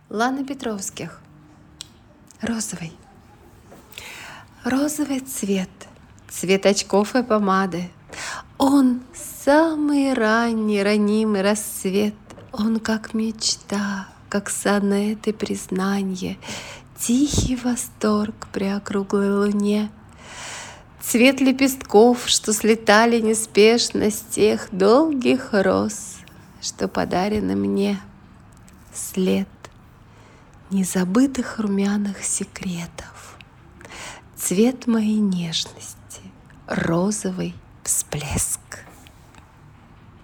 Лана Петровских. Розовый. Розовый цвет, цвет очков и помады. Он самый ранний, ранимый рассвет. Он как мечта, как сонет и признанье, тихий восторг при округлой луне. Цвет лепестков, что слетали неспешно с тех долгих роз, что подарены мне. След незабытых румяных секретов. Цвет моей нежности, розовый всплеск.